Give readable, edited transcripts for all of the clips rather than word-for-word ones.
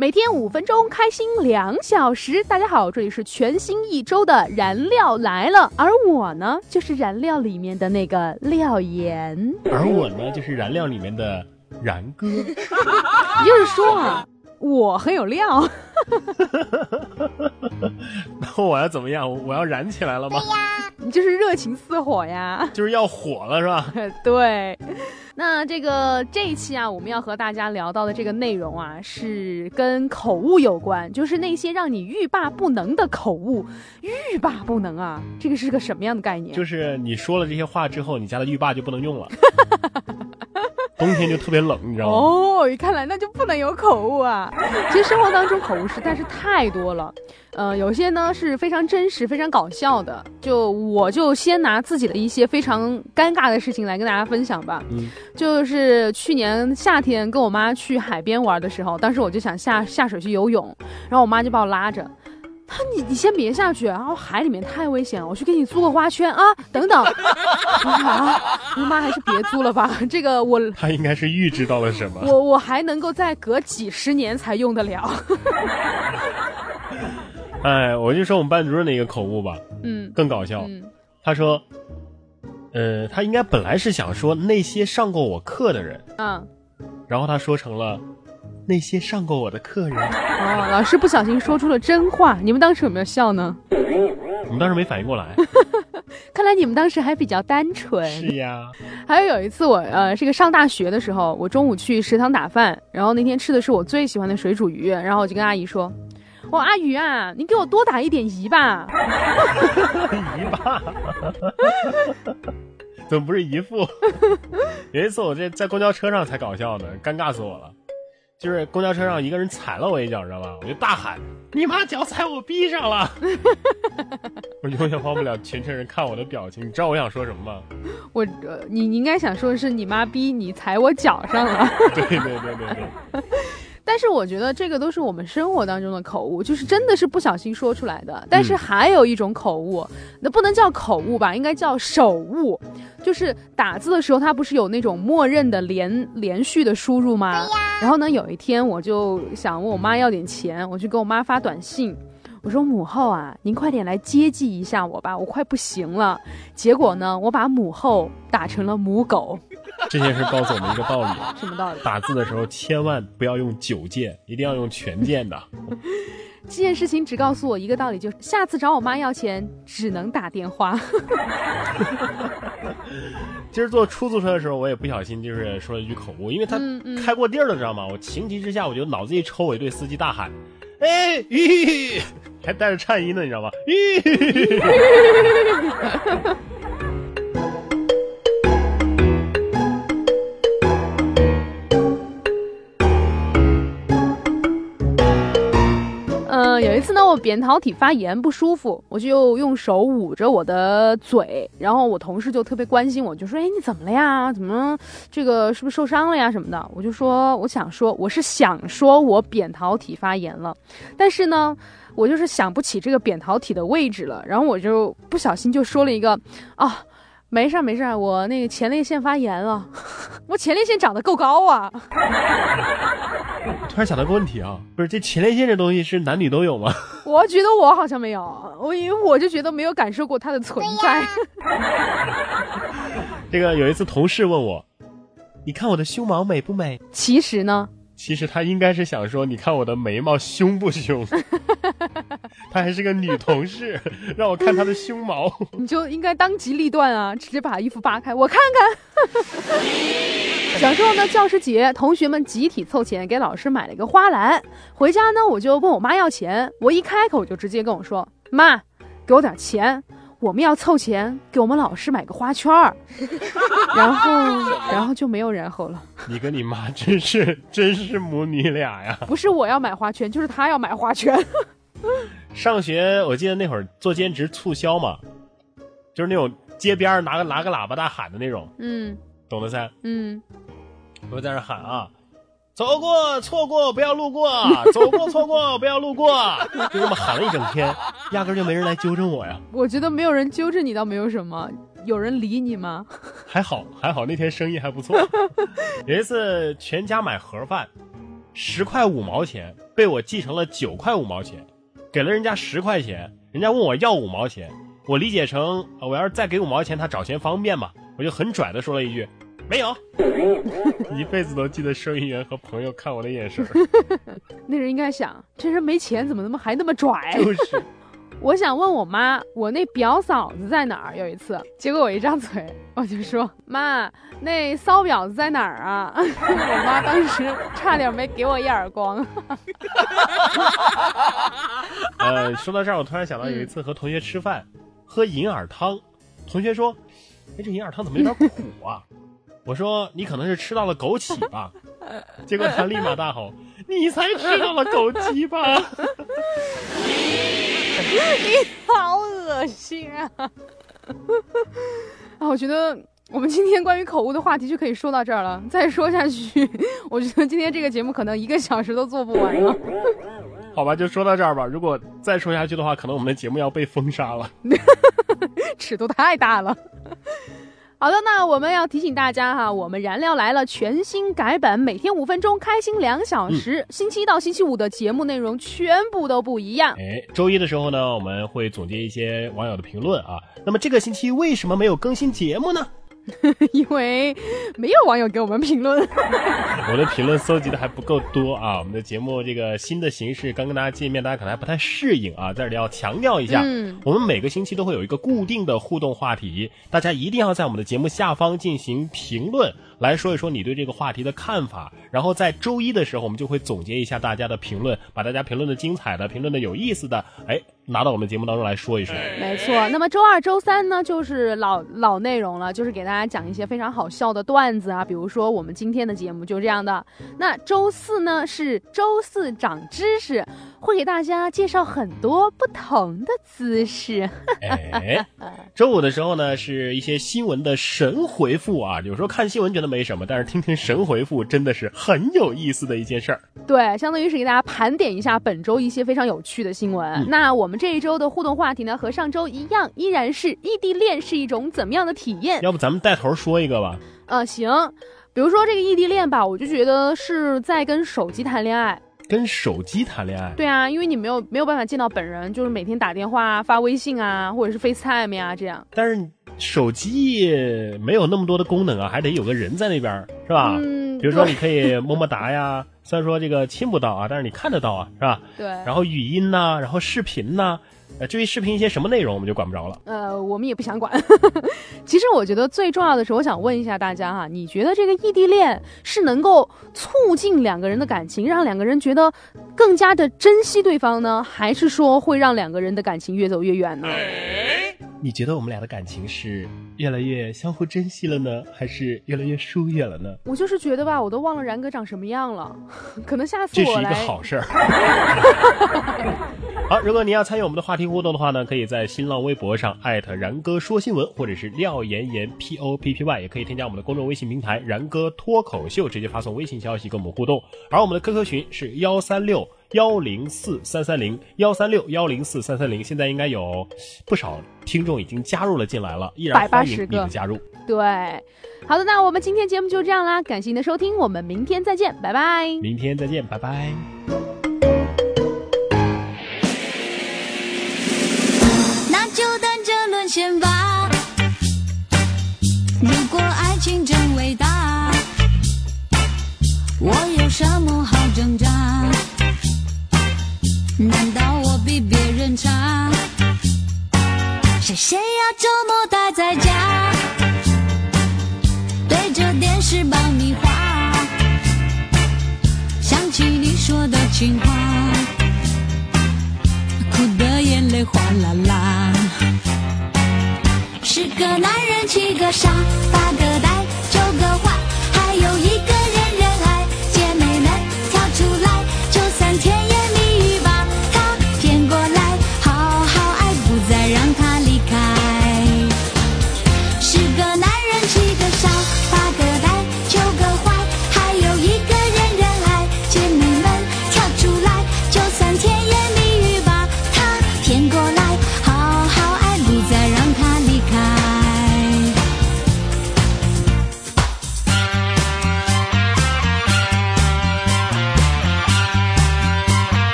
每天5分钟，开心2小时。大家好，这里是全新一周的燃料来了，而我呢，就是燃料里面的那个廖岩， 而我呢，就是燃料里面的然哥。也就是说啊，我很有料。 那我要怎么样？我要燃起来了吗？ 对呀，你就是热情似火呀， 就是要火了是吧？ 对。那这一期啊，我们要和大家聊到的这个内容啊，是跟口误有关，就是那些让你欲罢不能的口误。欲罢不能啊，这个是个什么样的概念？ 就是你说了这些话之后，你家的浴霸就不能用了。冬天就特别冷，你知道吗？ 哦，看来那就不能有口误啊。其实生活当中口误实在是太多了，有些呢是非常真实、非常搞笑的。我就先拿自己的一些非常尴尬的事情来跟大家分享吧。就是去年夏天跟我妈去海边玩的时候，当时我就想下水去游泳，然后我妈就把我拉着。你先别下去，然后海里面太危险了，我去给你租个花圈啊，等等。我妈还是别租了吧，这个她应该是预知到了什么， 我还能够再隔几十年才用得了。 哎，我就说我们班主任的一个口误吧，更搞笑。他说，他应该本来是想说那些上过我课的人，然后他说成了那些上过我的客人。 哦，老师不小心说出了真话，你们当时有没有笑呢？ 我们当时没反应过来。 看来你们当时还比较单纯。 是呀。 还有一次我是个上大学的时候，我中午去食堂打饭，然后那天吃的是我最喜欢的水煮鱼，然后我就跟阿姨说，阿鱼啊，你给我多打一点姨吧。 姨吧。怎么不是姨父？有一次我在公交车上才搞笑呢，尴尬死我了。就是公交车上一个人踩了我一脚，知道吧？我就大喊：“你妈脚踩我逼上了！”我永远忘不了全车人看我的表情。你知道我想说什么吗？ 你应该想说的是你妈逼你踩我脚上了。 对。 但是我觉得这个都是我们生活当中的口误，就是真的是不小心说出来的。但是还有一种口误，那不能叫口误吧，应该叫手误。就是打字的时候它不是有那种默认的连续的输入吗？然后呢，有一天我就想问我妈要点钱，我就给我妈发短信，我说母后啊，您快点来接济一下我吧，我快不行了。结果呢，我把母后打成了母狗。 这件事告诉我们一个道理。 什么道理？ 打字的时候千万不要用9键，一定要用全键的。 这件事情只告诉我一个道理，就是下次找我妈要钱只能打电话。 今儿坐出租车的时候，我也不小心就是说了一句口误，因为他开过地儿了，知道吗？我情急之下，我就脑子一抽，我就对司机大喊：“哎，吁！”还带着颤音呢，你知道吗？吁！ 有一次呢，我扁桃体发炎不舒服，我就用手捂着我的嘴，然后我同事就特别关心我，就说：“哎，你怎么了呀？怎么这个是不是受伤了呀什么的？”我就说：“我想说我扁桃体发炎了，但是呢，我就是想不起这个扁桃体的位置了，然后我就不小心就说了一个没事，我那个前列腺发炎了。我前列腺长得够高啊。” 突然想到个问题啊，不是这前列腺这东西是男女都有吗？ 我觉得我好像没有，因为我就觉得没有感受过它的存在。 这个有一次同事问我，你看我的胸毛美不美？ 其实他应该是想说，你看我的眉毛凶不凶？他还是个女同事，让我看她的胸毛。 你就应该当机立断啊，直接把衣服扒开，我看看。小时候呢，教师节，同学们集体凑钱给老师买了一个花篮。回家呢，我就问我妈要钱，我一开口就直接跟我说：“妈，给我点钱，我们要凑钱给我们老师买个花圈儿。”然后就没有然后了。 你跟你妈真是母女俩呀！ 不是我要买花圈，就是她要买花圈。 上学我记得那会儿做兼职促销嘛，就是那种街边拿个喇叭大喊的那种，懂得噻？我在那喊啊，走过错过不要路过，走过错过不要路过，就这么喊了一整天，压根就没人来纠正我呀。 我觉得没有人纠正你倒没有什么，有人理你吗？ 还好那天生意还不错。有一次全家买盒饭， 10块5毛钱被我记成了9块5毛钱，给了人家10块钱，人家问我要5毛钱，我理解成我要是再给5毛钱他找钱方便嘛，我就很拽的说了一句没有。一辈子都记得收银员和朋友看我的眼神。 那人应该想，这人没钱怎么还那么拽？ 就是我想问我妈，我那表嫂子在哪儿？有一次，结果我一张嘴，我就说妈，那骚婊子在哪儿啊？我妈当时差点没给我一耳光。 说到这儿，我突然想到有一次和同学吃饭，喝银耳汤，同学说，哎，这银耳汤怎么有点苦啊？我说你可能是吃到了枸杞吧。结果他立马大吼，你才吃到了枸杞吧。 你好恶心啊！我觉得我们今天关于口误的话题就可以说到这儿了，再说下去我觉得今天这个节目可能1个小时都做不完了。 好吧，就说到这儿吧，如果再说下去的话，可能我们的节目要被封杀了。 尺度太大了。好的，那我们要提醒大家哈，我们燃料来了全新改版，每天5分钟，开心2小时，星期一到星期五的节目内容全部都不一样。 周一的时候呢，我们会总结一些网友的评论啊。那么这个星期为什么没有更新节目呢？ 因为没有网友给我们评论。 我的评论搜集的还不够多啊，我们的节目这个新的形式刚跟大家见面，大家可能还不太适应啊，在这里要强调一下，我们每个星期都会有一个固定的互动话题，大家一定要在我们的节目下方进行评论，来说一说你对这个话题的看法，然后在周一的时候我们就会总结一下大家的评论，把大家评论的精彩的、评论的有意思的拿到我们节目当中来说一说。 没错，那么周二周三呢就是老内容了，就是给大家讲一些非常好笑的段子啊，比如说我们今天的节目就这样的。那周四呢是周四长知识，会给大家介绍很多不同的姿势。 周五的时候呢是一些新闻的神回复啊，有时候看新闻觉得没什么，但是听听神回复真的是很有意思的一件事儿。 对，相当于是给大家盘点一下本周一些非常有趣的新闻。那我们这一周的互动话题呢和上周一样，依然是异地恋是一种怎么样的体验。 要不咱们带头说一个吧。 行，比如说这个异地恋吧，我就觉得是在跟手机谈恋爱。 跟手机谈恋爱？ 对啊，因为你没有办法见到本人，就是每天打电话、发微信啊，或者是 FaceTime 呀这样。 但是手机没有那么多的功能啊，还得有个人在那边，是吧？比如说你可以么么哒呀，虽然说这个亲不到啊，但是你看得到啊，是吧？ 对。 然后语音呐，然后视频呐。至于视频一些什么内容我们就管不着了。 我们也不想管。其实我觉得最重要的是，我想问一下大家哈，你觉得这个异地恋是能够促进2个人的感情，让2个人觉得更加的珍惜对方呢，还是说会让2个人的感情越走越远呢？ 你觉得我们俩的感情是越来越相互珍惜了呢，还是越来越疏远了呢？ 我就是觉得吧，我都忘了然哥长什么样了，可能下次我来。 这是一个好事儿。好，如果你要参与我们的话题互动的话呢，可以在新浪微博上然哥说新闻，或者是廖妍妍 POPPY， 也可以添加我们的公众微信平台然哥脱口秀，直接发送微信消息跟我们互动。而我们的 QQ 群是136104330，136104330，现在应该有不少听众已经加入了进来了，依然欢迎你的加入。 对，好的，那我们今天节目就这样啦，感谢你的收听，我们明天再见，拜拜。 明天再见，拜拜。 那就等着沦陷吧，如果爱情真伟大，我有什么好挣扎？难道我比别人差？谁要周末待在家，对着电视爆米花，想起你说的情话，哭的眼泪哗啦啦。10个男人7个傻8个呆9个坏，还有1个人人爱，姐妹们跳出来，就算甜言蜜语把他骗过来，好好爱，不再让他离开。10个男人7个傻8个呆9个坏，还有1个人人爱，姐妹们跳出来，就算甜言蜜语把他骗过来，好好爱，不再让他离开。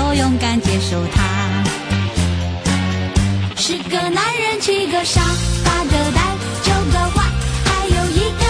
都勇敢接受它。10个男人7个傻，8个呆9个坏，还有一个